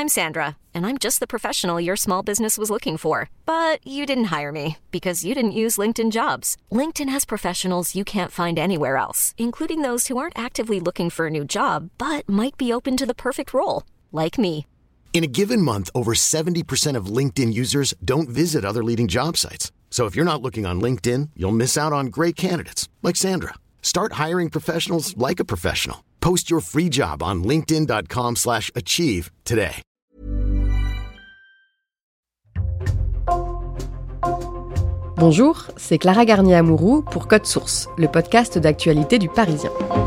I'm Sandra, and I'm just the professional your small business was looking for. But you didn't hire me, because you didn't use LinkedIn Jobs. LinkedIn has professionals you can't find anywhere else, including those who aren't actively looking for a new job, but might be open to the perfect role, like me. In a given month, over 70% of LinkedIn users don't visit other leading job sites. So if you're not looking on LinkedIn, you'll miss out on great candidates, like Sandra. Start hiring professionals like a professional. Post your free job on linkedin.com/achieve today. Bonjour, c'est Clara Garnier-Amouroux pour Code Source, le podcast d'actualité du Parisien.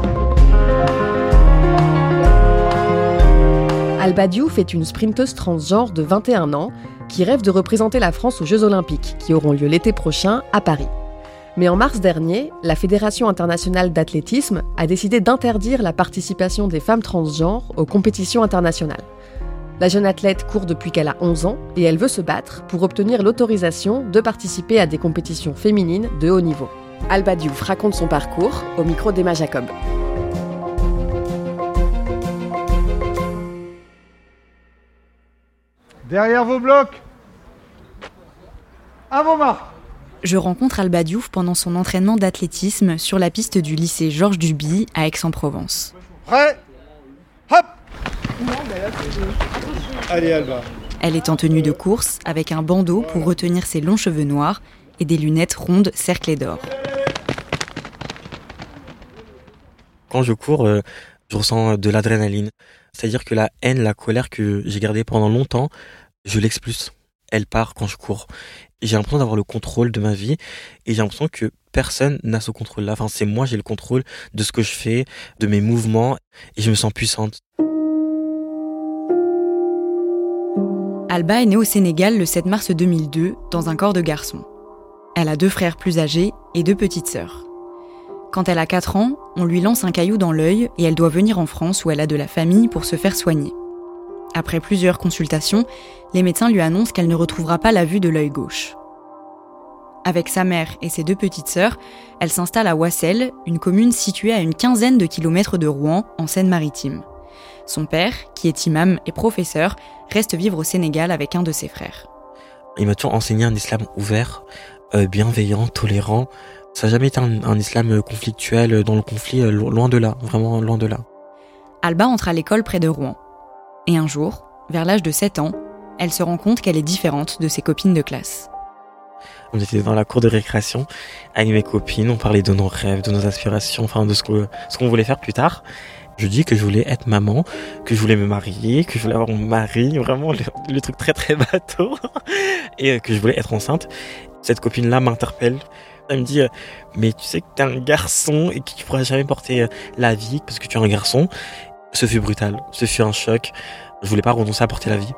Alba Diouf est une sprinteuse transgenre de 21 ans qui rêve de représenter la France aux Jeux Olympiques qui auront lieu l'été prochain à Paris. Mais en mars dernier, la Fédération internationale d'athlétisme a décidé d'interdire la participation des femmes transgenres aux compétitions internationales. La jeune athlète court depuis qu'elle a 11 ans et elle veut se battre pour obtenir l'autorisation de participer à des compétitions féminines de haut niveau. Alba Diouf raconte son parcours au micro d'Emma Jacob. Derrière vos blocs. À vos marques. Je rencontre Alba Diouf pendant son entraînement d'athlétisme sur la piste du lycée Georges Duby à Aix-en-Provence. Prêt. Hop. Allez Alba. Elle est en tenue de course avec un bandeau pour retenir ses longs cheveux noirs et des lunettes rondes cerclées d'or. Quand je cours, je ressens de l'adrénaline. C'est-à-dire que la haine, la colère que j'ai gardée pendant longtemps, je l'expulse. Elle part quand je cours. J'ai l'impression d'avoir le contrôle de ma vie et j'ai l'impression que personne n'a ce contrôle-là. Enfin, c'est moi, j'ai le contrôle de ce que je fais, de mes mouvements et je me sens puissante. Alba est née au Sénégal le 7 mars 2002 dans un corps de garçon. Elle a 2 frères plus âgés et 2 petites sœurs. Quand elle a 4 ans, on lui lance un caillou dans l'œil et elle doit venir en France où elle a de la famille pour se faire soigner. Après plusieurs consultations, les médecins lui annoncent qu'elle ne retrouvera pas la vue de l'œil gauche. Avec sa mère et ses 2 petites sœurs, elle s'installe à Ouassel, une commune située à une quinzaine de kilomètres de Rouen, en Seine-Maritime. Son père, qui est imam et professeur, reste vivre au Sénégal avec un de ses frères. Il m'a toujours enseigné un islam ouvert, bienveillant, tolérant. Ça n'a jamais été un islam conflictuel, dans le conflit, loin de là, vraiment loin de là. Alba entre à l'école près de Rouen. Et un jour, vers l'âge de 7 ans, elle se rend compte qu'elle est différente de ses copines de classe. On était dans la cour de récréation avec mes copines, on parlait de nos rêves, de nos aspirations, enfin de ce qu'on voulait faire plus tard. Je dis que je voulais être maman, que je voulais me marier, que je voulais avoir mon mari, vraiment le truc très très bateau, et que je voulais être enceinte. Cette copine-là m'interpelle. Elle me dit « Mais tu sais que t'es un garçon et que tu pourras jamais porter la vie parce que tu es un garçon ». Ce fut brutal, ce fut un choc. Je voulais pas renoncer à porter la vie.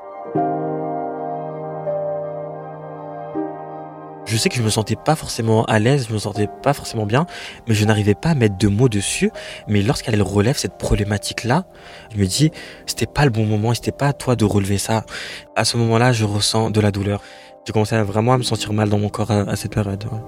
Je sais que je me sentais pas forcément à l'aise, je me sentais pas forcément bien, mais je n'arrivais pas à mettre de mots dessus. Mais lorsqu'elle relève cette problématique-là, je me dis, c'était pas le bon moment et c'était pas à toi de relever ça. À ce moment-là, je ressens de la douleur. J'ai commencé vraiment à me sentir mal dans mon corps à cette période. Ouais.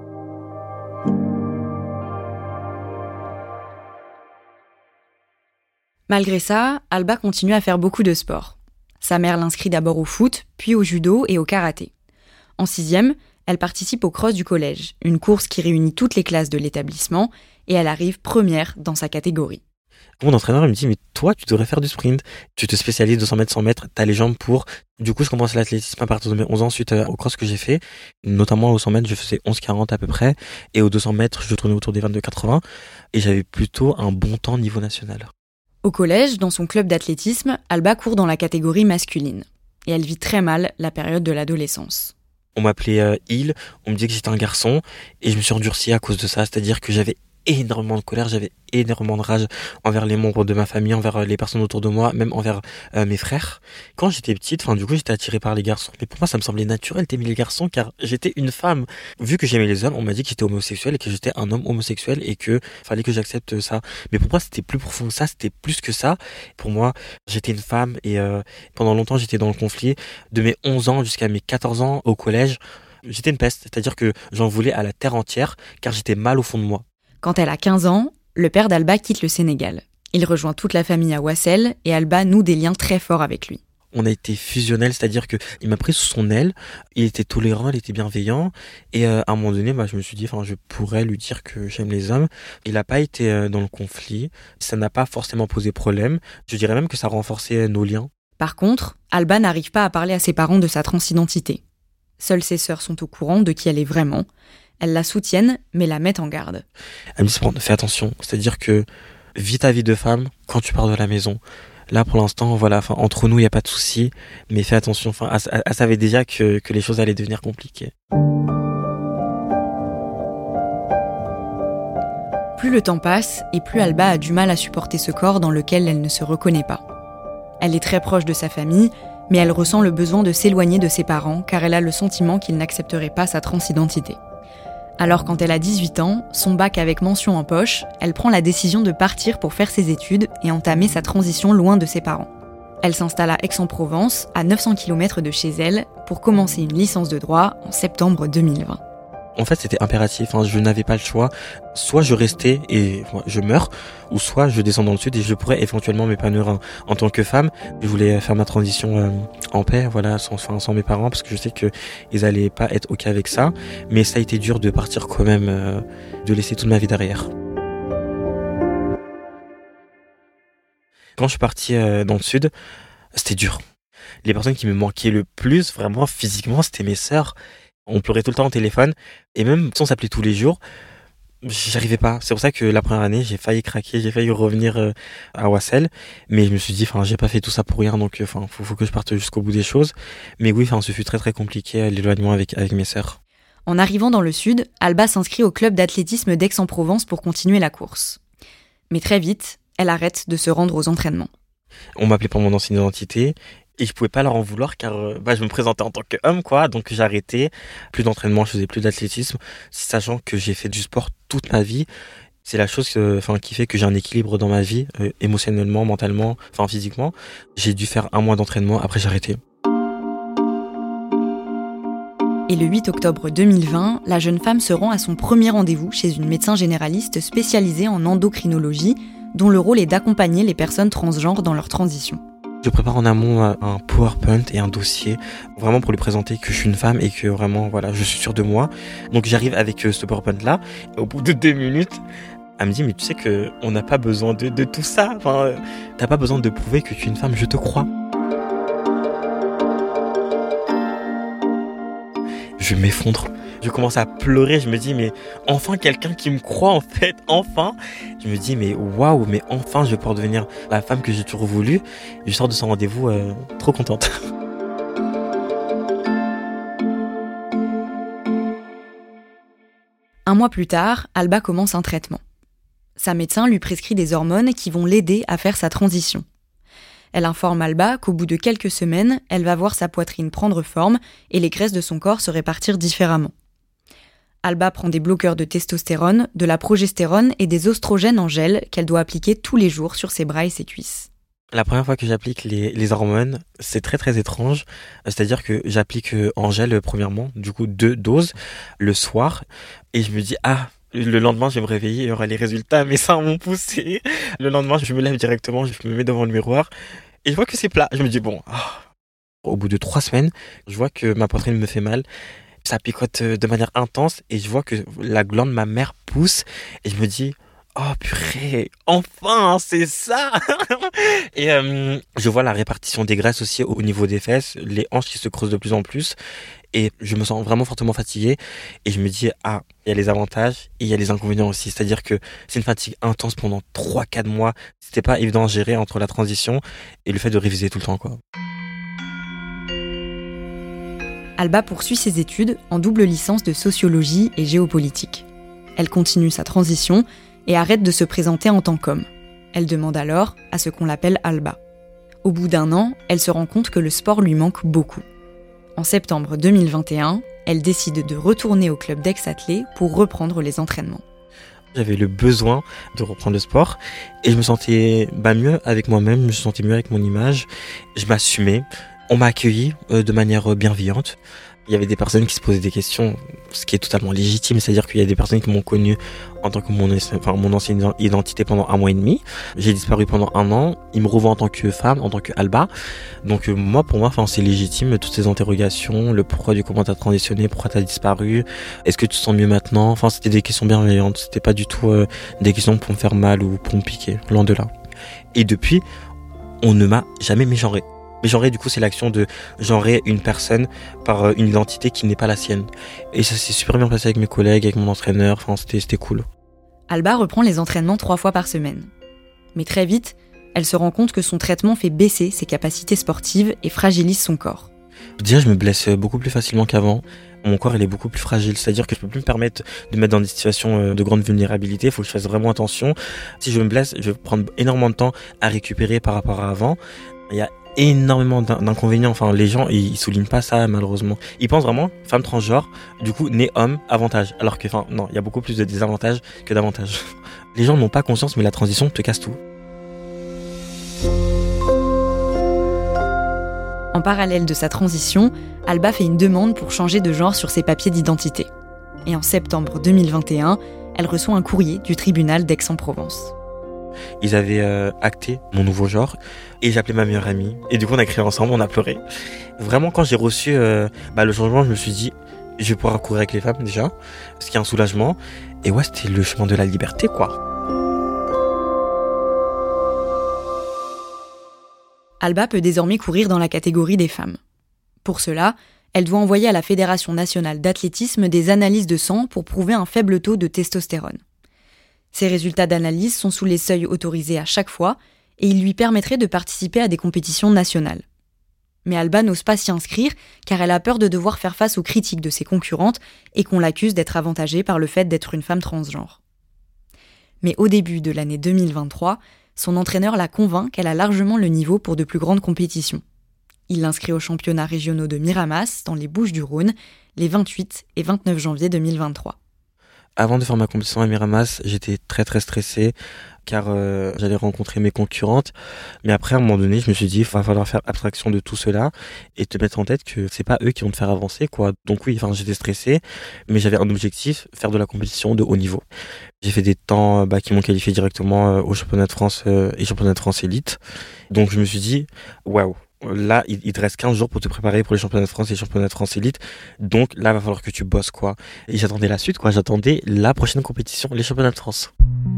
Malgré ça, Alba continue à faire beaucoup de sport. Sa mère l'inscrit d'abord au foot, puis au judo et au karaté. En 6e, elle participe au cross du collège, une course qui réunit toutes les classes de l'établissement, et elle arrive première dans sa catégorie. Mon entraîneur il me dit « Mais toi, tu devrais faire du sprint. Tu te spécialises 200 mètres, 100 mètres, t'as les jambes pour... » Du coup, je commence l'athlétisme à partir de mes 11 ans suite au cross que j'ai fait. Notamment au 100 mètres, je faisais 11,40 à peu près. Et aux 200 mètres, je tournais autour des 22,80. Et j'avais plutôt un bon temps niveau national. Au collège, dans son club d'athlétisme, Alba court dans la catégorie masculine. Et elle vit très mal la période de l'adolescence. On m'appelait Il, on me disait que j'étais un garçon. Et je me suis endurci à cause de ça. C'est-à-dire que j'avais énormément de colère, j'avais énormément de rage envers les membres de ma famille, envers les personnes autour de moi, même envers mes frères. Quand j'étais petite, du coup, j'étais attirée par les garçons. Mais pour moi, ça me semblait naturel d'aimer les garçons car j'étais une femme. Vu que j'aimais les hommes, on m'a dit que j'étais homosexuel et que j'étais un homme homosexuel et que fallait que j'accepte ça. Mais pour moi, c'était plus profond que ça, c'était plus que ça. Pour moi, j'étais une femme et pendant longtemps, j'étais dans le conflit. De mes 11 ans jusqu'à mes 14 ans au collège, j'étais une peste. C'est-à-dire que j'en voulais à la terre entière car j'étais mal au fond de moi. Quand elle a 15 ans, le père d'Alba quitte le Sénégal. Il rejoint toute la famille à Ouassel et Alba noue des liens très forts avec lui. on a été fusionnels, c'est-à-dire que il m'a pris sous son aile, il était tolérant, il était bienveillant, et à un moment donné, je me suis dit, je pourrais lui dire que j'aime les hommes. Il n'a pas été dans le conflit, ça n'a pas forcément posé problème, je dirais même que ça a renforcé nos liens. Par contre, Alba n'arrive pas à parler à ses parents de sa transidentité. Seules ses sœurs sont au courant de qui elle est vraiment. Elles la soutiennent, mais la mettent en garde. Elle me dit, fais attention, c'est-à-dire que vis ta vie de femme quand tu pars de la maison. Là, pour l'instant, entre nous, il n'y a pas de souci, mais fais attention. Elle savait déjà que les choses allaient devenir compliquées. Plus le temps passe, et plus Alba a du mal à supporter ce corps dans lequel elle ne se reconnaît pas. Elle est très proche de sa famille, mais elle ressent le besoin de s'éloigner de ses parents, car elle a le sentiment qu'ils n'accepteraient pas sa transidentité. Alors quand elle a 18 ans, son bac avec mention en poche, elle prend la décision de partir pour faire ses études et entamer sa transition loin de ses parents. Elle s'installe à Aix-en-Provence, à 900 km de chez elle, pour commencer une licence de droit en septembre 2020. En fait, c'était impératif, je n'avais pas le choix. Soit je restais et je meurs, ou soit je descends dans le sud et je pourrais éventuellement m'épanouir en tant que femme. Je voulais faire ma transition en paix, sans mes parents, parce que je sais qu'ils allaient pas être OK avec ça. Mais ça a été dur de partir quand même, de laisser toute ma vie derrière. Quand je suis parti dans le sud, c'était dur. Les personnes qui me manquaient le plus, vraiment physiquement, c'était mes sœurs. On pleurait tout le temps au téléphone, et même si on s'appelait tous les jours, j'arrivais pas. C'est pour ça que la première année, j'ai failli craquer, j'ai failli revenir à Wassel, mais je me suis dit, j'ai pas fait tout ça pour rien, donc faut que je parte jusqu'au bout des choses. Mais oui, ce fut très très compliqué, l'éloignement avec mes sœurs. En arrivant dans le sud, Alba s'inscrit au club d'athlétisme d'Aix-en-Provence pour continuer la course. Mais très vite, elle arrête de se rendre aux entraînements. On m'appelait par mon ancienne identité, et je pouvais pas leur en vouloir car je me présentais en tant qu'homme, donc j'ai arrêté. Plus d'entraînement, je faisais plus d'athlétisme, sachant que j'ai fait du sport toute ma vie. C'est la chose qui fait que j'ai un équilibre dans ma vie, émotionnellement, mentalement, physiquement. J'ai dû faire 1 mois d'entraînement, après j'ai arrêté. Et le 8 octobre 2020, la jeune femme se rend à son premier rendez-vous chez une médecin généraliste spécialisée en endocrinologie, dont le rôle est d'accompagner les personnes transgenres dans leur transition. Je prépare en amont un PowerPoint et un dossier, vraiment pour lui présenter que je suis une femme et que vraiment, je suis sûre de moi. Donc j'arrive avec ce PowerPoint-là, et au bout de 2 minutes, elle me dit, mais tu sais qu'on n'a pas besoin de tout ça, t'as pas besoin de prouver que tu es une femme, je te crois. Je m'effondre. Je commence à pleurer, je me dis, mais enfin quelqu'un qui me croit en fait, enfin. Je me dis, mais waouh, mais enfin je vais pouvoir devenir la femme que j'ai toujours voulu. Je sors de son rendez-vous trop contente. Un mois plus tard, Alba commence un traitement. Sa médecin lui prescrit des hormones qui vont l'aider à faire sa transition. Elle informe Alba qu'au bout de quelques semaines, elle va voir sa poitrine prendre forme et les graisses de son corps se répartir différemment. Alba prend des bloqueurs de testostérone, de la progestérone et des oestrogènes en gel qu'elle doit appliquer tous les jours sur ses bras et ses cuisses. La première fois que j'applique les hormones, c'est très très étrange. C'est-à-dire que j'applique en gel premièrement, du coup 2 doses le soir. Et je me dis, le lendemain je vais me réveiller, il y aura les résultats, mes seins vont pousser. Le lendemain je me lève directement, je me mets devant le miroir et je vois que c'est plat. Je me dis Au bout de 3 semaines, je vois que ma poitrine me fait mal. Ça picote de manière intense et je vois que la glande mammaire pousse et je me dis, oh purée, enfin, c'est ça. Et je vois la répartition des graisses aussi au niveau des fesses, les hanches qui se creusent de plus en plus et je me sens vraiment fortement fatigué et je me dis, il y a les avantages et il y a les inconvénients aussi, c'est-à-dire que c'est une fatigue intense pendant 3-4 mois, c'était pas évident à gérer entre la transition et le fait de réviser tout le temps, Alba poursuit ses études en double licence de sociologie et géopolitique. Elle continue sa transition et arrête de se présenter en tant qu'homme. Elle demande alors à ce qu'on l'appelle Alba. Au bout d'1 an, elle se rend compte que le sport lui manque beaucoup. En septembre 2021, elle décide de retourner au club d'Aix-Athlé pour reprendre les entraînements. J'avais le besoin de reprendre le sport et je me sentais mieux avec moi-même, je me sentais mieux avec mon image, je m'assumais. On m'a accueilli de manière bienveillante. Il y avait des personnes qui se posaient des questions, ce qui est totalement légitime, c'est-à-dire qu'il y a des personnes qui m'ont connu en tant que mon ancienne identité pendant 1 mois et demi. J'ai disparu pendant 1 an, ils me revoient en tant que femme, en tant que Alba. Donc pour moi, c'est légitime, toutes ces interrogations, le pourquoi du comment t'as transitionné, pourquoi t'as disparu, est-ce que tu te sens mieux maintenant. C'était des questions bienveillantes, c'était pas du tout des questions pour me faire mal ou pour me piquer, loin de là. Et depuis, on ne m'a jamais mégenré. Mégenrer, du coup, c'est l'action de genrer une personne par une identité qui n'est pas la sienne. Et ça s'est super bien passé avec mes collègues, avec mon entraîneur, c'était cool. Alba reprend les entraînements 3 fois par semaine. Mais très vite, elle se rend compte que son traitement fait baisser ses capacités sportives et fragilise son corps. Déjà, je me blesse beaucoup plus facilement qu'avant. Mon corps, il est beaucoup plus fragile. C'est-à-dire que je peux plus me permettre de me mettre dans des situations de grande vulnérabilité. Il faut que je fasse vraiment attention. Si je me blesse, je vais prendre énormément de temps à récupérer par rapport à avant. Il y a énormément d'inconvénients. Les gens, ils soulignent pas ça, malheureusement. Ils pensent vraiment, femme transgenre, du coup, née homme, avantage. Alors que, non, il y a beaucoup plus de désavantages que d'avantages. Les gens n'ont pas conscience, mais la transition te casse tout. En parallèle de sa transition, Alba fait une demande pour changer de genre sur ses papiers d'identité. Et en septembre 2021, elle reçoit un courrier du tribunal d'Aix-en-Provence. Ils avaient acté mon nouveau genre et j'ai appelé ma meilleure amie. Et du coup, on a crié ensemble, on a pleuré. Vraiment, quand j'ai reçu le changement, je me suis dit, je vais pouvoir courir avec les femmes déjà, ce qui est un soulagement. Et ouais, c'était le chemin de la liberté, quoi. Alba peut désormais courir dans la catégorie des femmes. Pour cela, elle doit envoyer à la Fédération nationale d'athlétisme des analyses de sang pour prouver un faible taux de testostérone. Ces résultats d'analyse sont sous les seuils autorisés à chaque fois et ils lui permettraient de participer à des compétitions nationales. Mais Alba n'ose pas s'y inscrire car elle a peur de devoir faire face aux critiques de ses concurrentes et qu'on l'accuse d'être avantagée par le fait d'être une femme transgenre. Mais au début de l'année 2023, son entraîneur la convainc qu'elle a largement le niveau pour de plus grandes compétitions. Il l'inscrit aux championnats régionaux de Miramas, dans les Bouches-du-Rhône, les 28 et 29 janvier 2023. Avant de faire ma compétition à Miramas, j'étais très très stressé car j'allais rencontrer mes concurrentes. Mais après, à un moment donné, je me suis dit, il va falloir faire abstraction de tout cela et te mettre en tête que c'est pas eux qui vont te faire avancer, quoi. Donc oui, j'étais stressé, mais j'avais un objectif, faire de la compétition de haut niveau. J'ai fait des temps qui m'ont qualifié directement au championnat de France et championnat de France élite. Donc je me suis dit, waouh. Là, il te reste 15 jours pour te préparer pour les championnats de France et les championnats de France élite. Donc là, il va falloir que tu bosses, quoi. Et j'attendais la suite, quoi. J'attendais la prochaine compétition, les championnats de France.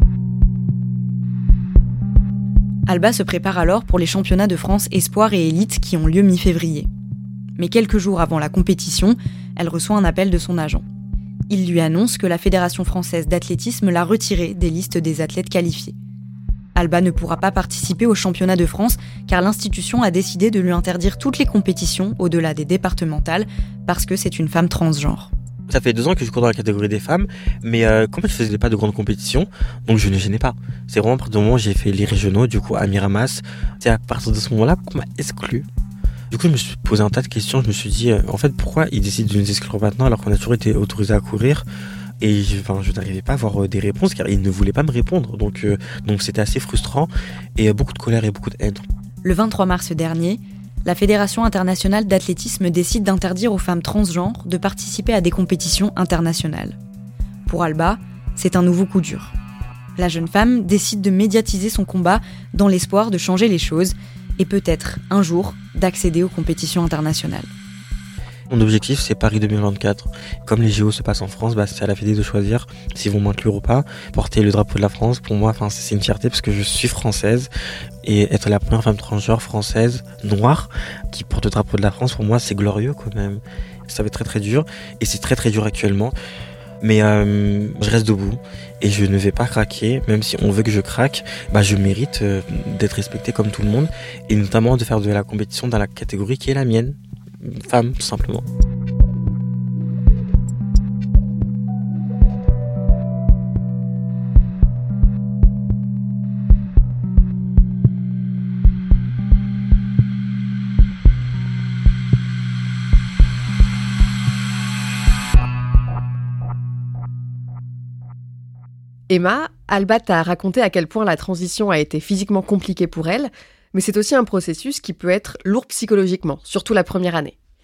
Alba se prépare alors pour les championnats de France Espoir et Élite qui ont lieu mi-février. Mais quelques jours avant la compétition, elle reçoit un appel de son agent. Il lui annonce que la Fédération française d'athlétisme l'a retirée des listes des athlètes qualifiés. Alba ne pourra pas participer aux championnats de France car l'institution a décidé de lui interdire toutes les compétitions au-delà des départementales parce que c'est une femme transgenre. Ça fait 2 ans que je cours dans la catégorie des femmes, mais comme je faisais pas de grandes compétitions, donc je ne gênais pas. C'est vraiment à partir du moment où j'ai fait les régionaux, du coup à Miramas, c'est à partir de ce moment-là qu'on m'a exclu. Du coup, je me suis posé un tas de questions, je me suis dit, en fait, pourquoi ils décident de nous exclure maintenant alors qu'on a toujours été autorisés à courir ? Et je n'arrivais pas à avoir des réponses car ils ne voulaient pas me répondre. Donc c'était assez frustrant et beaucoup de colère et beaucoup de haine. Le 23 mars dernier, la Fédération internationale d'athlétisme décide d'interdire aux femmes transgenres de participer à des compétitions internationales. Pour Alba, c'est un nouveau coup dur. La jeune femme décide de médiatiser son combat dans l'espoir de changer les choses et peut-être, un jour, d'accéder aux compétitions internationales. Mon objectif, c'est Paris 2024. Comme les JO se passent en France, c'est à la Fédé de choisir s'ils vont m'inclure ou pas. Porter le drapeau de la France, pour moi, c'est une fierté parce que je suis française. Et être la première femme transgenre française, noire, qui porte le drapeau de la France, pour moi, c'est glorieux quand même. Ça va être très très dur. Et c'est très très dur actuellement. Mais je reste debout et je ne vais pas craquer. Même si on veut que je craque, je mérite d'être respectée comme tout le monde. Et notamment de faire de la compétition dans la catégorie qui est la mienne. Femme, tout simplement. Emma, Alba t'a raconté à quel point la transition a été physiquement compliquée pour elle, mais c'est aussi un processus qui peut être lourd psychologiquement, surtout la première année.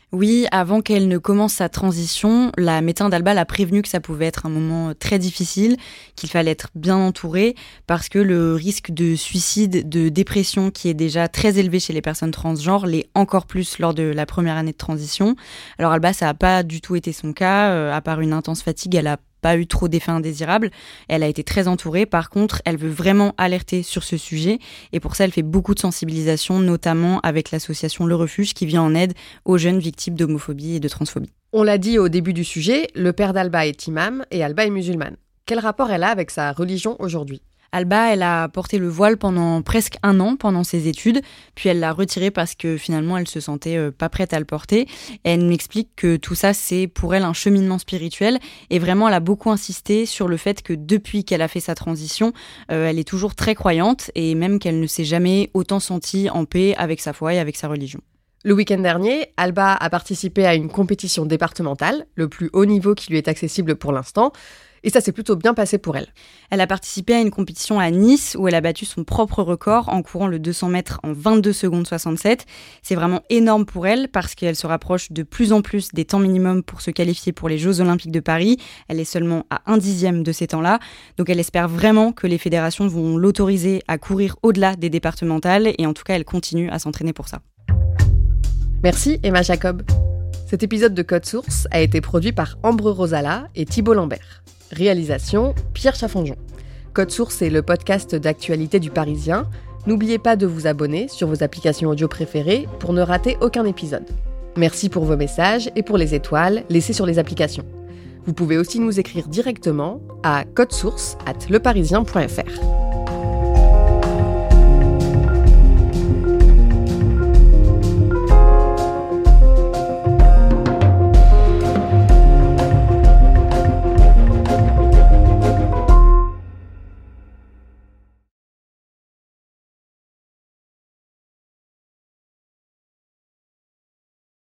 Oui, avant qu'elle ne commence sa transition, la médecin d'Alba l'a prévenue que ça pouvait être un moment très difficile, qu'il fallait être bien entouré, parce que le risque de suicide, de dépression qui est déjà très élevé chez les personnes transgenres, l'est encore plus lors de la première année de transition. Alors Alba, ça n'a pas du tout été son cas, à part une intense fatigue, elle a pas eu trop d'effets indésirables. Elle a été très entourée. Par contre, elle veut vraiment alerter sur ce sujet et pour ça, elle fait beaucoup de sensibilisation, notamment avec l'association Le Refuge qui vient en aide aux jeunes victimes d'homophobie et de transphobie. On l'a dit au début du sujet, le père d'Alba est imam et Alba est musulmane. Quel rapport elle a avec sa religion aujourd'hui ? Alba, elle a porté le voile pendant presque 1 an pendant ses études, puis elle l'a retiré parce que finalement elle se sentait pas prête à le porter. Et elle m'explique que tout ça c'est pour elle un cheminement spirituel et vraiment elle a beaucoup insisté sur le fait que depuis qu'elle a fait sa transition, elle est toujours très croyante et même qu'elle ne s'est jamais autant sentie en paix avec sa foi et avec sa religion. Le week-end dernier, Alba a participé à une compétition départementale, le plus haut niveau qui lui est accessible pour l'instant. Et ça s'est plutôt bien passé pour elle. Elle a participé à une compétition à Nice où elle a battu son propre record en courant le 200 mètres en 22 secondes 67. C'est vraiment énorme pour elle parce qu'elle se rapproche de plus en plus des temps minimums pour se qualifier pour les Jeux Olympiques de Paris. Elle est seulement à 1/10 de ces temps-là. Donc elle espère vraiment que les fédérations vont l'autoriser à courir au-delà des départementales et en tout cas elle continue à s'entraîner pour ça. Merci Emma Jacob. Cet épisode de Code Source a été produit par Ambre Rosala et Thibault Lambert. Réalisation, Pierre Chaffanjon. Code Source est le podcast d'actualité du Parisien. N'oubliez pas de vous abonner sur vos applications audio préférées pour ne rater aucun épisode. Merci pour vos messages et pour les étoiles laissées sur les applications. Vous pouvez aussi nous écrire directement à codesource@leparisien.fr.